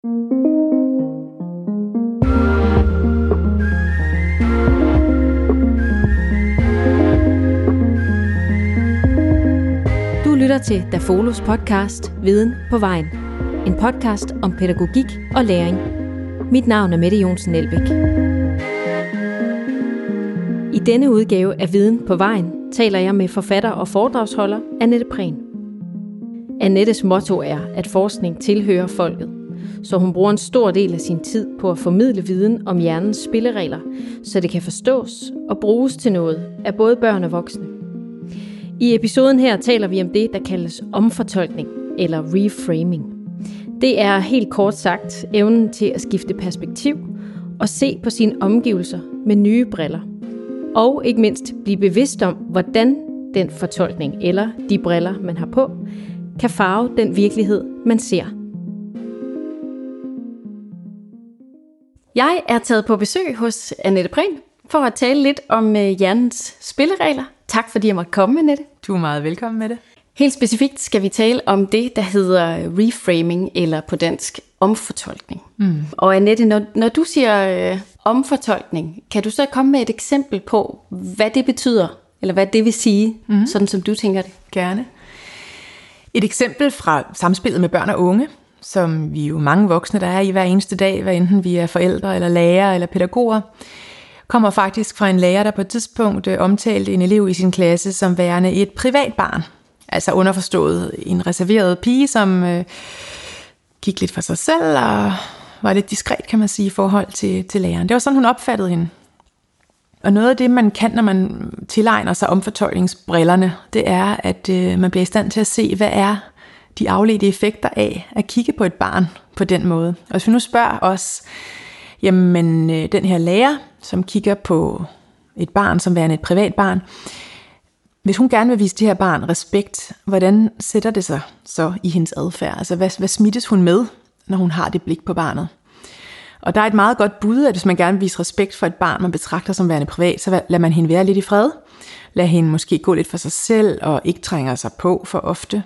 Du lytter til Dafolos podcast Viden på vejen. En podcast om pædagogik og læring. Mit navn er Mette Jonsen Elbæk. I denne udgave af Viden på vejen taler jeg med forfatter og foredragsholder Annette Prehn. Annettes motto er, at forskning tilhører folket, så hun bruger en stor del af sin tid på at formidle viden om hjernens spilleregler, så det kan forstås og bruges til noget af både børn og voksne. I episoden her taler vi om det, der kaldes omfortolkning eller reframing. Det er helt kort sagt evnen til at skifte perspektiv og se på sine omgivelser med nye briller. Og ikke mindst blive bevidst om, hvordan den fortolkning eller de briller, man har på, kan farve den virkelighed, man ser. Jeg er taget på besøg hos Annette Prehn for at tale lidt om hjernens spilleregler. Tak fordi jeg måtte komme, Annette. Du er meget velkommen med det. Helt specifikt skal vi tale om det, der hedder reframing, eller på dansk omfortolkning. Og Annette, når du siger omfortolkning, kan du så komme med et eksempel på, hvad det betyder, eller hvad det vil sige, sådan som du tænker det? Gerne. Et eksempel fra samspillet med børn og unge, som vi jo mange voksne, der er i hver eneste dag, hvad enten vi er forældre, eller lærere, eller pædagoger, kommer faktisk fra en lærer, der på et tidspunkt omtalte en elev i sin klasse som værende et privat barn. Altså underforstået en reserveret pige, som gik lidt for sig selv og var lidt diskret, kan man sige, i forhold til læreren. Det var sådan, hun opfattede hende. Og noget af det, man kan, når man tilegner sig omfortolkningsbrillerne, det er, at man bliver i stand til at se, hvad er de afledte effekter af at kigge på et barn på den måde. Og hvis vi nu spørger os, jamen den her lærer, som kigger på et barn som værende et privat barn, hvis hun gerne vil vise det her barn respekt, hvordan sætter det sig så i hendes adfærd? Altså hvad smittes hun med, når hun har det blik på barnet? Og der er et meget godt bud, at hvis man gerne vil vise respekt for et barn, man betragter som værende privat, så lader man hende være lidt i fred. Lad hende måske gå lidt for sig selv og ikke trænger sig på for ofte.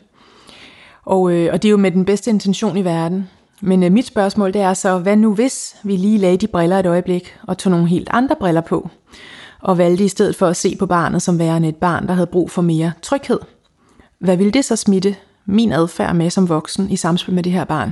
Og det er jo med den bedste intention i verden. Men mit spørgsmål det er så, hvad nu hvis vi lige lagde de briller et øjeblik og tog nogle helt andre briller på? Og valgte i stedet for at se på barnet som værende et barn, der havde brug for mere tryghed. Hvad ville det så smitte min adfærd med som voksen i samspil med det her barn?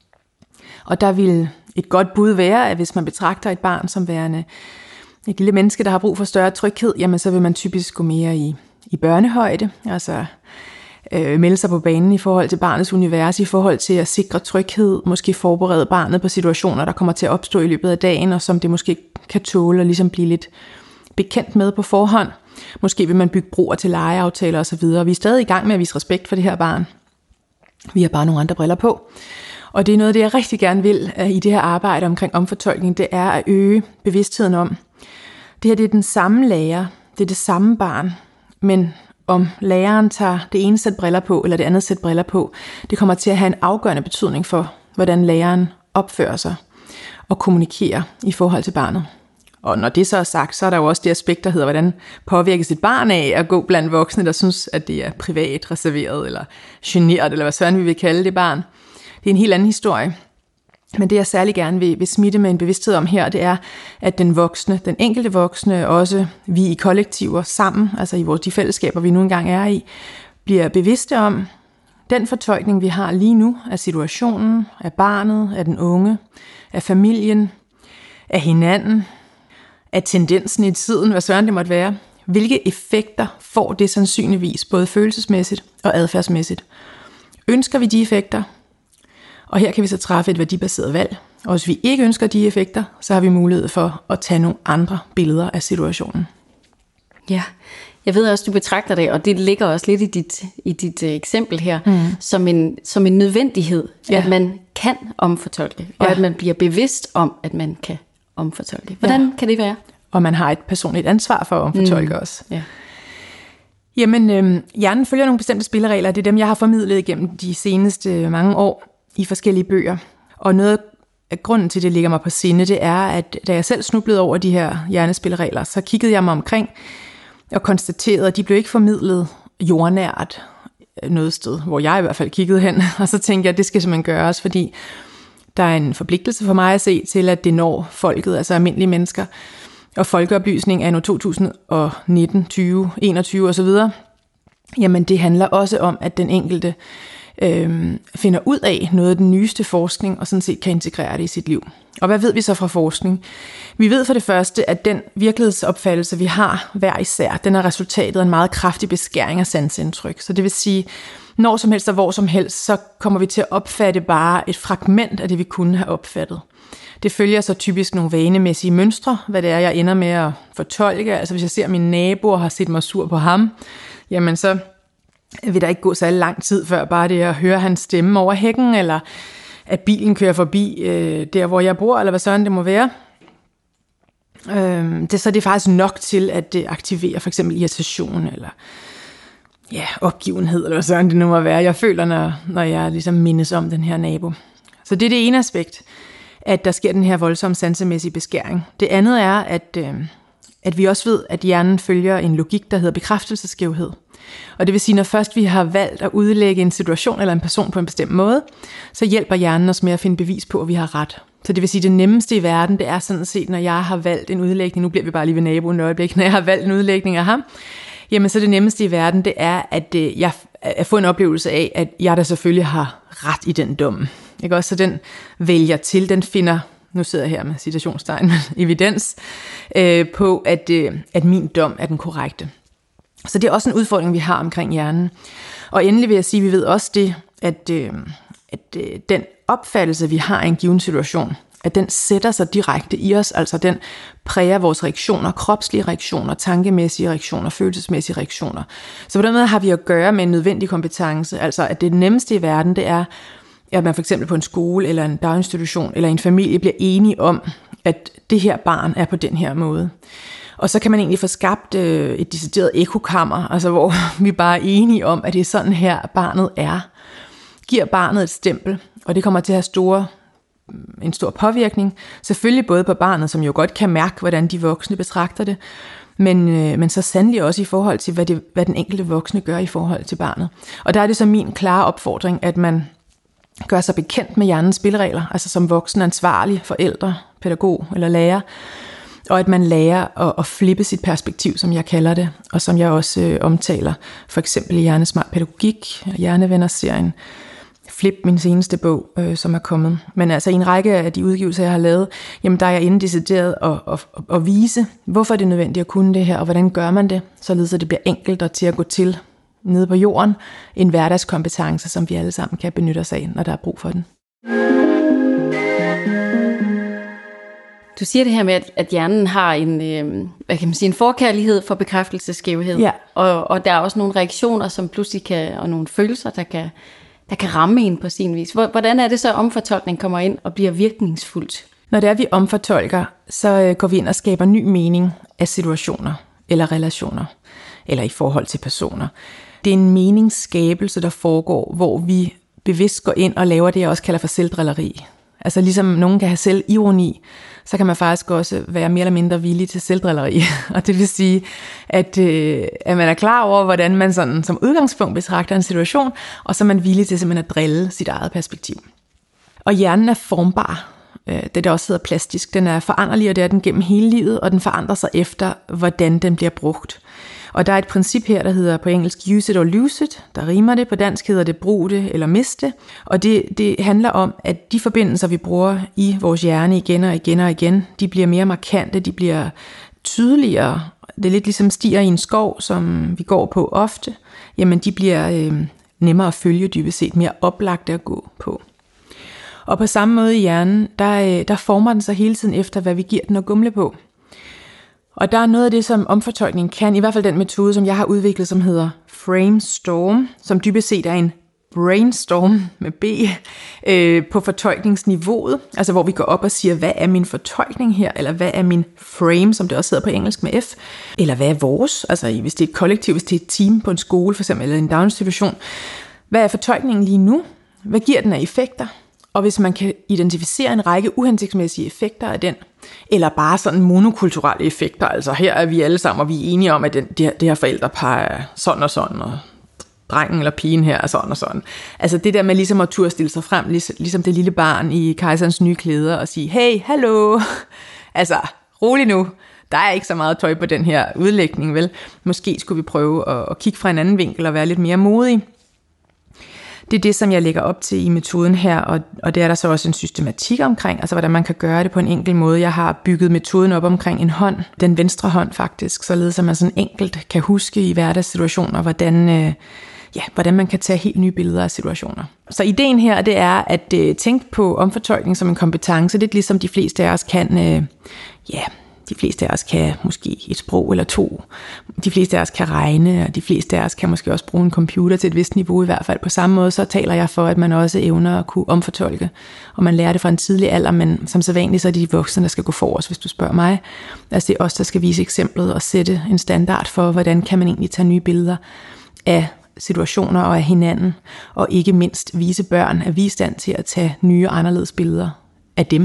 Og der ville et godt bud være, at hvis man betragter et barn som værende et lille menneske, der har brug for større tryghed, jamen så vil man typisk gå mere i børnehøjde, altså melde sig på banen i forhold til barnets univers, i forhold til at sikre tryghed, måske forberede barnet på situationer, der kommer til at opstå i løbet af dagen, og som det måske kan tåle og ligesom blive lidt bekendt med på forhånd. Måske vil man bygge broer til legeaftaler osv. Vi er stadig i gang med at vise respekt for det her barn. Vi har bare nogle andre briller på. Og det er noget af det, jeg rigtig gerne vil i det her arbejde omkring omfortolkning, det er at øge bevidstheden om. Det her det er den samme lærer, det er det samme barn, men om læreren tager det ene sæt briller på, eller det andet sæt briller på, det kommer til at have en afgørende betydning for, hvordan læreren opfører sig og kommunikerer i forhold til barnet. Og når det så er sagt, så er der jo også det aspekt, der hedder, hvordan påvirkes et barn af at gå blandt voksne, der synes, at det er privat, reserveret eller generet, eller hvad sådan vi vil kalde det barn. Det er en helt anden historie. Men det jeg særlig gerne vil smitte med en bevidsthed om her, det er, at den enkelte voksne, også vi i kollektiver sammen, altså i de fællesskaber, vi nu engang er i, bliver bevidste om den fortolkning, vi har lige nu af situationen, af barnet, af den unge, af familien, af hinanden, af tendensen i tiden, hvad søren det måtte være. Hvilke effekter får det sandsynligvis, både følelsesmæssigt og adfærdsmæssigt? Ønsker vi de effekter? Og her kan vi så træffe et værdibaseret valg. Og hvis vi ikke ønsker de effekter, så har vi mulighed for at tage nogle andre billeder af situationen. Ja, jeg ved også, du betragter det, og det ligger også lidt i dit eksempel her, som en nødvendighed, at man kan omfortolke, og at man bliver bevidst om, at man kan omfortolke. Hvordan kan det være? Og man har et personligt ansvar for at omfortolke os. Ja. Jamen, hjernen følger nogle bestemte spilleregler, det er dem, jeg har formidlet igennem de seneste mange år i forskellige bøger. Og noget af grunden til, det ligger mig på sinde, det er, at da jeg selv snublede over de her hjernespilleregler, så kiggede jeg mig omkring og konstaterede, at de blev ikke formidlet jordnært noget sted, hvor jeg i hvert fald kiggede hen. Og så tænkte jeg, at det skal simpelthen gøres, fordi Der er en forpligtelse for mig at se til, at det når folket, altså almindelige mennesker, og folkeoplysning af 2019, 20, 21 osv., jamen det handler også om, at den enkelte finder ud af noget af den nyeste forskning, og sådan set kan integrere det i sit liv. Og hvad ved vi så fra forskning? Vi ved for det første, at den virkelighedsopfattelse, vi har hver især, den er resultatet af en meget kraftig beskæring af sansindtryk. Så det vil sige, når som helst og hvor som helst, så kommer vi til at opfatte bare et fragment af det, vi kunne have opfattet. Det følger så typisk nogle vanemæssige mønstre, hvad det er, jeg ender med at fortolke. Altså hvis jeg ser min nabo og har set mig sur på ham, jamen så vil der ikke gå så lang tid før bare det at høre hans stemme over hækken, eller at bilen kører forbi der, hvor jeg bor, eller hvad sådan det må være. Så det er faktisk nok til, at det aktiverer for eksempel irritation, eller opgivenhed, eller hvad sådan det nu må være. Jeg føler, når jeg ligesom mindes om den her nabo. Så det er det ene aspekt, at der sker den her voldsomme sansemæssige beskæring. Det andet er, at vi også ved, at hjernen følger en logik, der hedder bekræftelsesskævhed. Og det vil sige, når først vi har valgt at udlægge en situation eller en person på en bestemt måde, så hjælper hjernen os med at finde bevis på, at vi har ret. Så det vil sige, det nemmeste i verden, det er sådan set, når jeg har valgt en udlægning, nu bliver vi bare lige ved naboen et øjeblik, når jeg har valgt en udlægning af ham, jamen så det nemmeste i verden, det er, at jeg får en oplevelse af, at jeg da selvfølgelig har ret i den dom. Ikke også? Så den vælger til, den finder, nu sidder jeg her med citationstegn, evidens på, at min dom er den korrekte. Så det er også en udfordring, vi har omkring hjernen. Og endelig vil jeg sige, at vi ved også det, at den opfattelse, vi har af en given situation, at den sætter sig direkte i os, altså den præger vores reaktioner, kropslige reaktioner, tankemæssige reaktioner, følelsesmæssige reaktioner. Så på den måde har vi at gøre med en nødvendig kompetence, altså at det nemmeste i verden, det er, at man for eksempel på en skole, eller en daginstitution, eller en familie bliver enige om, at det her barn er på den her måde. Og så kan man egentlig få skabt et decideret ekokammer, altså hvor vi bare er enige om, at det er sådan her, barnet er. Giver barnet et stempel, og det kommer til at have en stor påvirkning. Selvfølgelig både på barnet, som jo godt kan mærke, hvordan de voksne betragter det, men så sandelig også i forhold til, hvad den enkelte voksne gør i forhold til barnet. Og der er det så min klare opfordring, at man gør sig bekendt med hjernens spilleregler, altså som voksen, ansvarlig, forældre, pædagog eller lærer, og at man lærer at flippe sit perspektiv, som jeg kalder det, og som jeg også omtaler, for eksempel i Hjernesmart Pædagogik, Hjernevenner-serien, Flip, min seneste bog, som er kommet. Men altså i en række af de udgivelser, jeg har lavet, jamen der er jeg inde decideret at vise, hvorfor det er nødvendigt at kunne det her, og hvordan gør man det, således at det bliver enkelt og til at gå til nede på jorden, en hverdagskompetence, som vi alle sammen kan benytte os af, når der er brug for den. Du siger det her med, at hjernen har en forkærlighed for bekræftelsesskævhed, ja. Og der er også nogle reaktioner, som pludselig og nogle følelser, der kan ramme en på sin vis. Hvordan er det så, omfortolkning kommer ind og bliver virkningsfuldt? Når det er, vi omfortolker, så går vi ind og skaber ny mening af situationer eller relationer, eller i forhold til personer. Det er en meningsskabelse, der foregår, hvor vi bevidst går ind og laver det, jeg også kalder for selvdrilleri. Altså ligesom nogen kan have selvironi, så kan man faktisk også være mere eller mindre villig til selvdrilleri. Og det vil sige, at man er klar over, hvordan man sådan, som udgangspunkt betragter en situation, og så er man villig til simpelthen at drille sit eget perspektiv. Og hjernen er formbar. Det der også hedder plastisk. Den er foranderlig, og det er den gennem hele livet, og den forandrer sig efter, hvordan den bliver brugt. Og der er et princip her, der hedder på engelsk use it or lose it. Der rimer det. På dansk hedder det brug det eller miste. Og det handler om, at de forbindelser, vi bruger i vores hjerne igen og igen og igen, de bliver mere markante, de bliver tydeligere. Det er lidt ligesom stier i en skov, som vi går på ofte. Jamen, de bliver nemmere at følge dybest set, mere oplagte at gå på. Og på samme måde i hjernen, der former den sig hele tiden efter, hvad vi giver den at gumle på. Og der er noget af det, som omfortolkning kan, i hvert fald den metode, som jeg har udviklet, som hedder Framestorm, som dybest set er en brainstorm med B på fortolkningsniveauet, altså hvor vi går op og siger, hvad er min fortolkning her, eller hvad er min frame, som det også hedder på engelsk med F, eller hvad er vores, altså hvis det er et kollektiv, hvis det er et team på en skole for eksempel, eller en daginstitution, hvad er fortolkningen lige nu, hvad giver den af effekter, og hvis man kan identificere en række uhensigtsmæssige effekter af den, eller bare sådan monokulturelle effekter, altså her er vi alle sammen, og vi er enige om, at det her forældrepar er sådan og sådan, og drengen eller pigen her, og sådan og sådan. Altså det der med ligesom at turde stille sig frem, ligesom det lille barn i Kejserens nye klæder, og sige, hey, hallo, altså rolig nu, der er ikke så meget tøj på den her udlægning, vel? Måske skulle vi prøve at kigge fra en anden vinkel og være lidt mere modige. Det er det, som jeg lægger op til i metoden her, og det er der så også en systematik omkring, altså hvordan man kan gøre det på en enkel måde. Jeg har bygget metoden op omkring en hånd, den venstre hånd faktisk, således at man sådan enkelt kan huske i hverdagssituationer, hvordan man kan tage helt nye billeder af situationer. Så ideen her, det er at tænke på omfortolkning som en kompetence, lidt ligesom de fleste af os kan, de fleste af os kan måske et sprog eller to. De fleste af os kan regne, og de fleste af os kan måske også bruge en computer til et vist niveau i hvert fald. På samme måde så taler jeg for, at man også evner at kunne omfortolke. Og man lærer det fra en tidlig alder, men som sædvanligt så er det de voksne, der skal gå forrest, hvis du spørger mig. Altså det er os, der skal vise eksemplet og sætte en standard for, hvordan kan man egentlig tage nye billeder af situationer og af hinanden. Og ikke mindst vise børn, at vi er i stand til at tage nye og anderledes billeder af dem.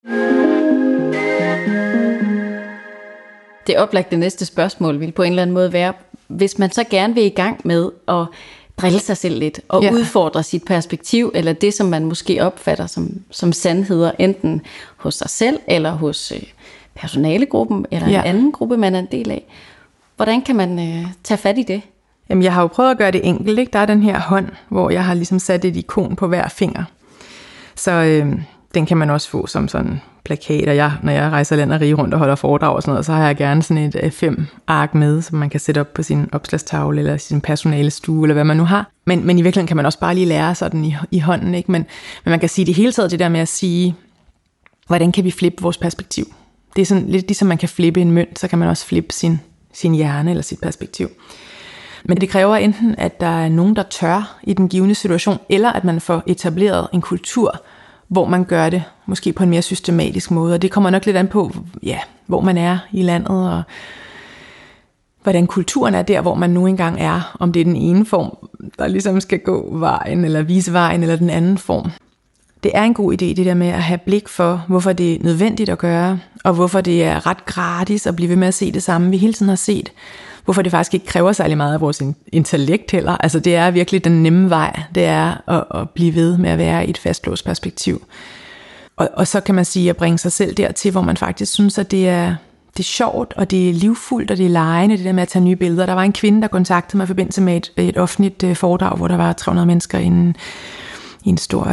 Det oplagte næste spørgsmål vil på en eller anden måde være, hvis man så gerne vil i gang med at drille sig selv lidt og udfordre sit perspektiv, eller det, som man måske opfatter som sandheder, enten hos sig selv, eller hos personalegruppen, eller en anden gruppe, man er en del af. Hvordan kan man tage fat i det? Jamen, jeg har jo prøvet at gøre det enkelt, ikke? Der er den her hånd, hvor jeg har ligesom sat et ikon på hver finger. Så den kan man også få som sådan plakat, og når jeg rejser land og rige rundt og holder foredrag og sådan noget, så har jeg gerne sådan et 5 ark med, som man kan sætte op på sin opslagstavle eller sin personale stue, eller hvad man nu har. Men i virkeligheden kan man også bare lige lære sådan i hånden, ikke? Men man kan sige det hele taget, det der med at sige, hvordan kan vi flippe vores perspektiv? Det er sådan lidt ligesom man kan flippe en mønt, så kan man også flippe sin hjerne eller sit perspektiv. Men det kræver enten, at der er nogen, der tør i den givne situation, eller at man får etableret en kultur, hvor man gør det måske på en mere systematisk måde. Og det kommer nok lidt an på, hvor man er i landet, og hvordan kulturen er der, hvor man nu engang er. Om det er den ene form, der ligesom skal gå vejen, eller vise vejen, eller den anden form. Det er en god idé, det der med at have blik for, hvorfor det er nødvendigt at gøre, og hvorfor det er ret gratis at blive ved med at se det samme, vi hele tiden har set. Hvorfor det faktisk ikke kræver særlig meget af vores intellekt heller. Altså det er virkelig den nemme vej, det er at blive ved med at være i et fastlåst perspektiv. Og så kan man sige at bringe sig selv dertil, hvor man faktisk synes, at det er sjovt, og det er livfuldt, og det er legende, det der med at tage nye billeder. Der var en kvinde, der kontaktede mig i forbindelse med et offentligt foredrag, hvor der var 300 mennesker i en stor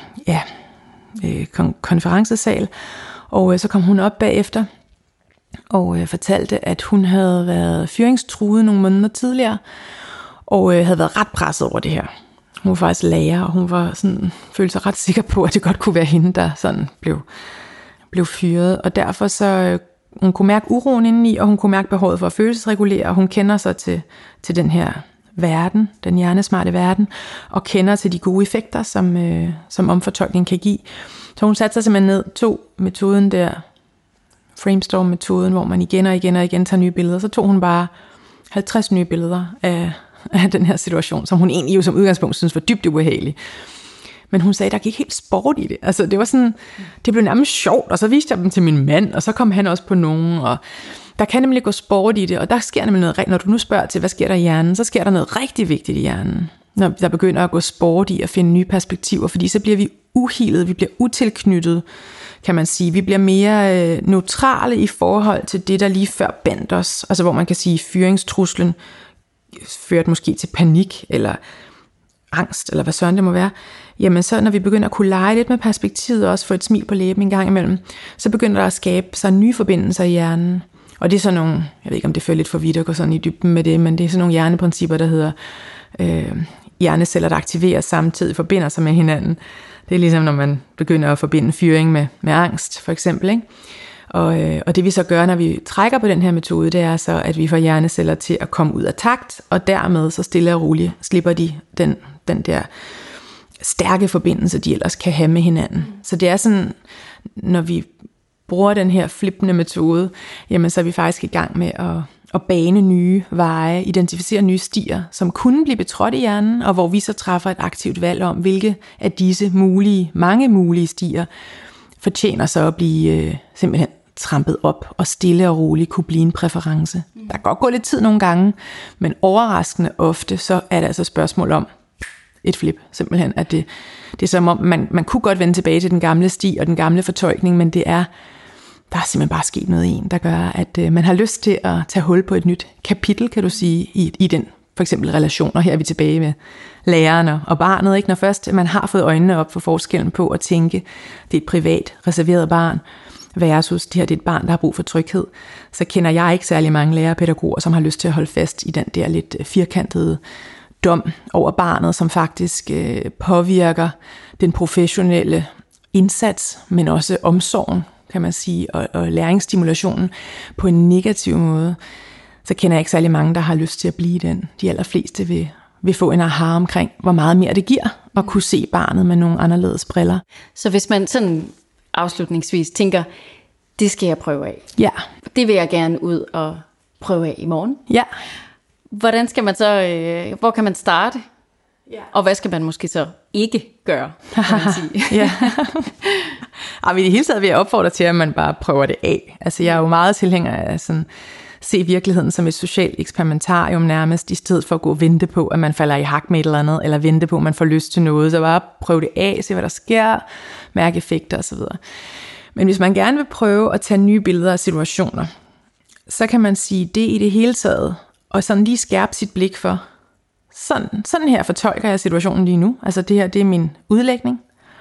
konferencesal. Og så kom hun op bagefter, og fortalte, at hun havde været fyringstruet nogle måneder tidligere, og havde været ret presset over det her. Hun var faktisk lærer, og hun var sådan, følte sig ret sikker på, at det godt kunne være hende, der sådan blev fyret. Og derfor så hun kunne mærke uroen indeni, og hun kunne mærke behovet for at følelsesregulere, og hun kender sig til den her verden, den hjernesmarte verden, og kender til de gode effekter, som omfortolkning kan give. Så hun satte sig simpelthen ned, tog metoden der, Framestorm-metoden, hvor man igen og igen tager nye billeder. Så tog hun bare 50 nye billeder af den her situation, som hun egentlig jo som udgangspunkt synes var dybt ubehagelig. Men hun sagde, der gik helt sport i det. Altså det var sådan, det blev nærmest sjovt, og så viste jeg dem til min mand, og så kom han også på nogen, og der kan nemlig gå sport i det, og der sker nemlig noget, når du nu spørger til, hvad sker der i hjernen, så sker der noget rigtig vigtigt i hjernen, når der begynder at gå sport i at finde nye perspektiver, fordi så bliver vi uhealede, vi bliver utilknyttet, kan man sige. Vi bliver mere neutrale i forhold til det, der lige før bandt os. Altså hvor man kan sige, fyringstruslen førte måske til panik, eller angst, eller hvad søren det må være. Jamen så når vi begynder at kunne lege lidt med perspektivet, og også få et smil på læben en gang imellem, så begynder der at skabe sig nye forbindelser i hjernen. Og det er sådan nogle, jeg ved ikke om det fører lidt for vidt at gå sådan i dybden med det, men det er sådan nogle hjerneprincipper, der hedder hjerneceller, der aktiveres samtidig, forbinder sig med hinanden. Det er ligesom, når man begynder at forbinde fyring med angst, for eksempel, ikke? Og det vi så gør, når vi trækker på den her metode, det er så, at vi får hjerneceller til at komme ud af takt, og dermed så stille og roligt slipper de den der stærke forbindelse, de ellers kan have med hinanden. Så det er sådan, når vi bruger den her flippende metode, jamen så er vi faktisk i gang med at bane nye veje, identificere nye stier, som kunne blive betrådt i hjernen, og hvor vi så træffer et aktivt valg om, hvilke af disse mange mulige stier fortjener så at blive simpelthen trampet op og stille og roligt kunne blive en præference. Der kan godt gå lidt tid nogle gange, men overraskende ofte, så er det altså et spørgsmål om et flip. Simpelthen, at det er som om, man kunne godt vende tilbage til den gamle sti og den gamle fortolkning, men der er simpelthen bare sket noget i en, der gør, at man har lyst til at tage hul på et nyt kapitel, kan du sige, i den for eksempel relation. Og her er vi tilbage med læreren og barnet. Ikke? Når først man har fået øjnene op for forskellen på at tænke, det er et privat, reserveret barn, versus det her, det er et barn, der har brug for tryghed, så kender jeg ikke særlig mange lærere og pædagoger, som har lyst til at holde fast i den der lidt firkantede dom over barnet, som faktisk påvirker den professionelle indsats, men også omsorgen, kan man sige, og læringsstimulationen på en negativ måde. Så kender jeg ikke særlig mange, der har lyst til at blive den. De allerfleste vil få en aha omkring, hvor meget mere det giver at kunne se barnet med nogle anderledes briller. Så hvis man sådan afslutningsvis tænker, det skal jeg prøve af. Ja. Det vil jeg gerne ud og prøve af i morgen. Ja. Hvordan skal man så, hvor kan man starte? Ja. Og hvad skal man måske så ikke gøre, kan man sige? Ja. Og i det hele taget vil jeg opfordre til, at man bare prøver det af. Altså jeg er jo meget tilhænger af sådan se virkeligheden som et socialt eksperimentarium nærmest, i stedet for at gå og vente på, at man falder i hak med et eller andet, eller vente på, at man får lyst til noget. Så bare prøv det af, se hvad der sker, mærke effekter osv. Men hvis man gerne vil prøve at tage nye billeder af situationer, så kan man sige det i det hele taget, og sådan lige skærpe sit blik for, sådan her fortolker jeg situationen lige nu. Altså det her, det er min udlægning.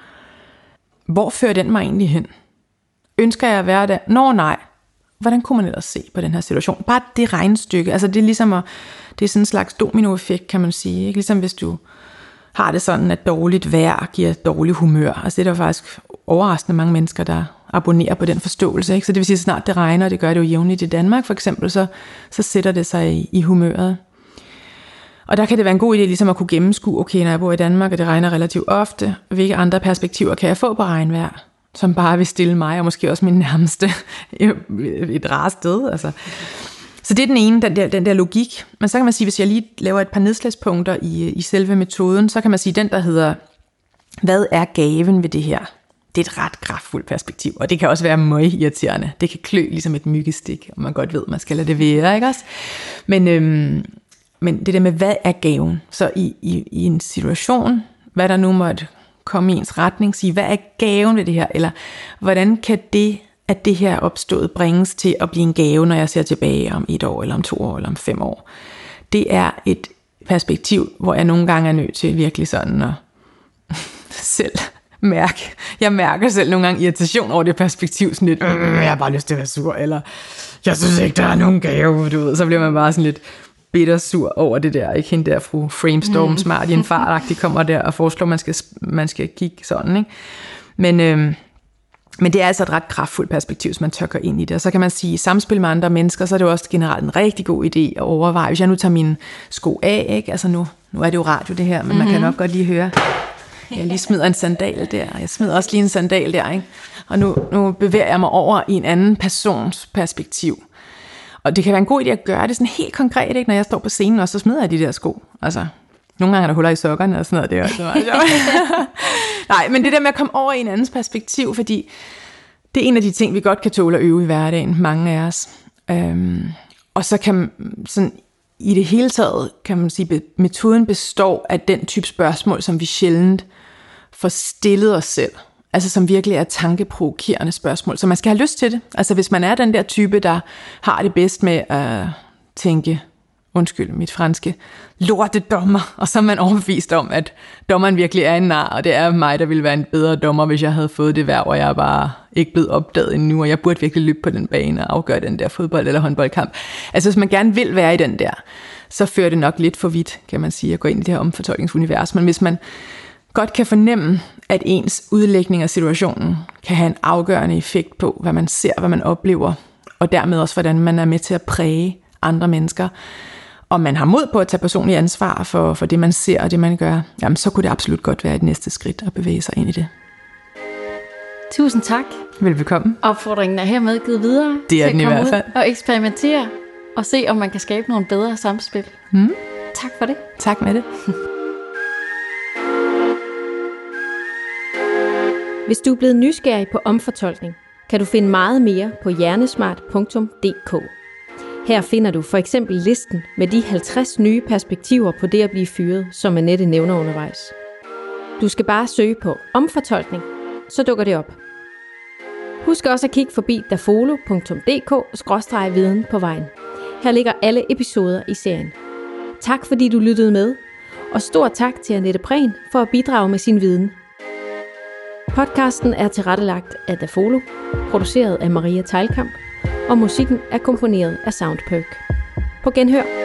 Hvor fører den mig egentlig hen? Ønsker jeg at være der? Nej. Hvordan kunne man ellers se på den her situation? Bare det regnestykke. Altså det er ligesom det er sådan en slags dominoeffekt, kan man sige. Ikke? Ligesom hvis du har det sådan, at dårligt vejr giver dårlig humør. Altså det er der faktisk overraskende mange mennesker, der abonnerer på den forståelse. Ikke? Så det vil sige, at snart det regner, og det gør det jo jævnligt i Danmark for eksempel, så sætter det sig i humøret. Og der kan det være en god idé ligesom at kunne gennemskue, okay, når jeg bor i Danmark, og det regner relativt ofte, hvilke andre perspektiver kan jeg få på regnvejr, som bare vil stille mig, og måske også min nærmeste, et rart sted. Altså. Så det er den ene, den der logik. Men så kan man sige, hvis jeg lige laver et par nedslagspunkter i selve metoden, så kan man sige, den der hedder, hvad er gaven ved det her? Det er et ret kraftfuldt perspektiv, og det kan også være møgirriterende. Det kan klø ligesom et myggestik, og man godt ved, man skal lade det være, ikke også? Men det der med, hvad er gaven? Så i en situation, hvad der nu måtte komme i ens retning, sige, hvad er gaven ved det her? Eller hvordan kan det, at det her opstået, bringes til at blive en gave, når jeg ser tilbage om 1 år, eller om 2 år, eller om 5 år? Det er et perspektiv, hvor jeg nogle gange er nødt til virkelig sådan at selv mærke. Jeg mærker selv nogle gange irritation over det perspektiv, sådan lidt, jeg har bare lyst til at være sur, eller jeg synes ikke, der er nogen gave, du ved. Så bliver man bare sådan lidt bittersur over det der, ikke? Hende der fru Framestorm, smart i en fartagtig, kommer der og foreslår, man skal kigge sådan, ikke? Men det er altså et ret kraftfuldt perspektiv, hvis man tør gå ind i det. Og så kan man sige, samspil med andre mennesker, så er det jo også generelt en rigtig god idé at overveje, hvis jeg nu tager mine sko af, ikke? Altså nu er det jo radio det her, men man kan nok godt lige høre, jeg lige smider en sandal der, jeg smider også lige en sandal der, ikke? Og nu bevæger jeg mig over i en anden persons perspektiv. Og det kan være en god idé at gøre det sådan helt konkret, ikke? Når jeg står på scenen, og så smider jeg de der sko. Altså, nogle gange er der huller i sokkerne og sådan noget, det er også meget sjovt. Nej, men det der med at komme over i en andens perspektiv, fordi det er en af de ting, vi godt kan tåle at øve i hverdagen, mange af os. Og så kan sådan, i det hele taget, kan man sige, at metoden består af den type spørgsmål, som vi sjældent får stillet os selv. Altså som virkelig er tankeprovokerende spørgsmål. Så man skal have lyst til det. Altså hvis man er den der type, der har det bedst med at tænke, undskyld mit franske, lortedommer, og så er man overbevist om, at dommeren virkelig er en nar, og det er mig, der ville være en bedre dommer, hvis jeg havde fået det værd, og jeg er bare ikke blevet opdaget endnu, og jeg burde virkelig løbe på den bane og afgøre den der fodbold- eller håndboldkamp. Altså hvis man gerne vil være i den der, så fører det nok lidt for vidt, kan man sige, at gå ind i det her omfortolkningsunivers. Men hvis man godt kan fornemme, at ens udlægning af situationen kan have en afgørende effekt på, hvad man ser, hvad man oplever, og dermed også, hvordan man er med til at præge andre mennesker, og man har mod på at tage personlig ansvar for det, man ser og det, man gør, jamen så kunne det absolut godt være et næste skridt at bevæge sig ind i det. Tusind tak. Velbekomme. Opfordringen er hermed givet videre. Det er den i hvert fald. Og eksperimentere og se, om man kan skabe nogle bedre samspil. Tak for det. Tak med det. Hvis du er blevet nysgerrig på omfortolkning, kan du finde meget mere på hjernesmart.dk. Her finder du for eksempel listen med de 50 nye perspektiver på det at blive fyret, som Annette nævner undervejs. Du skal bare søge på omfortolkning, så dukker det op. Husk også at kigge forbi dafolo.dk/viden på vejen. Her ligger alle episoder i serien. Tak fordi du lyttede med, og stor tak til Annette Prehn for at bidrage med sin viden. Podcasten er tilrettelagt af Dafolo, produceret af Maria Teilkamp, og musikken er komponeret af Soundperk. På genhør.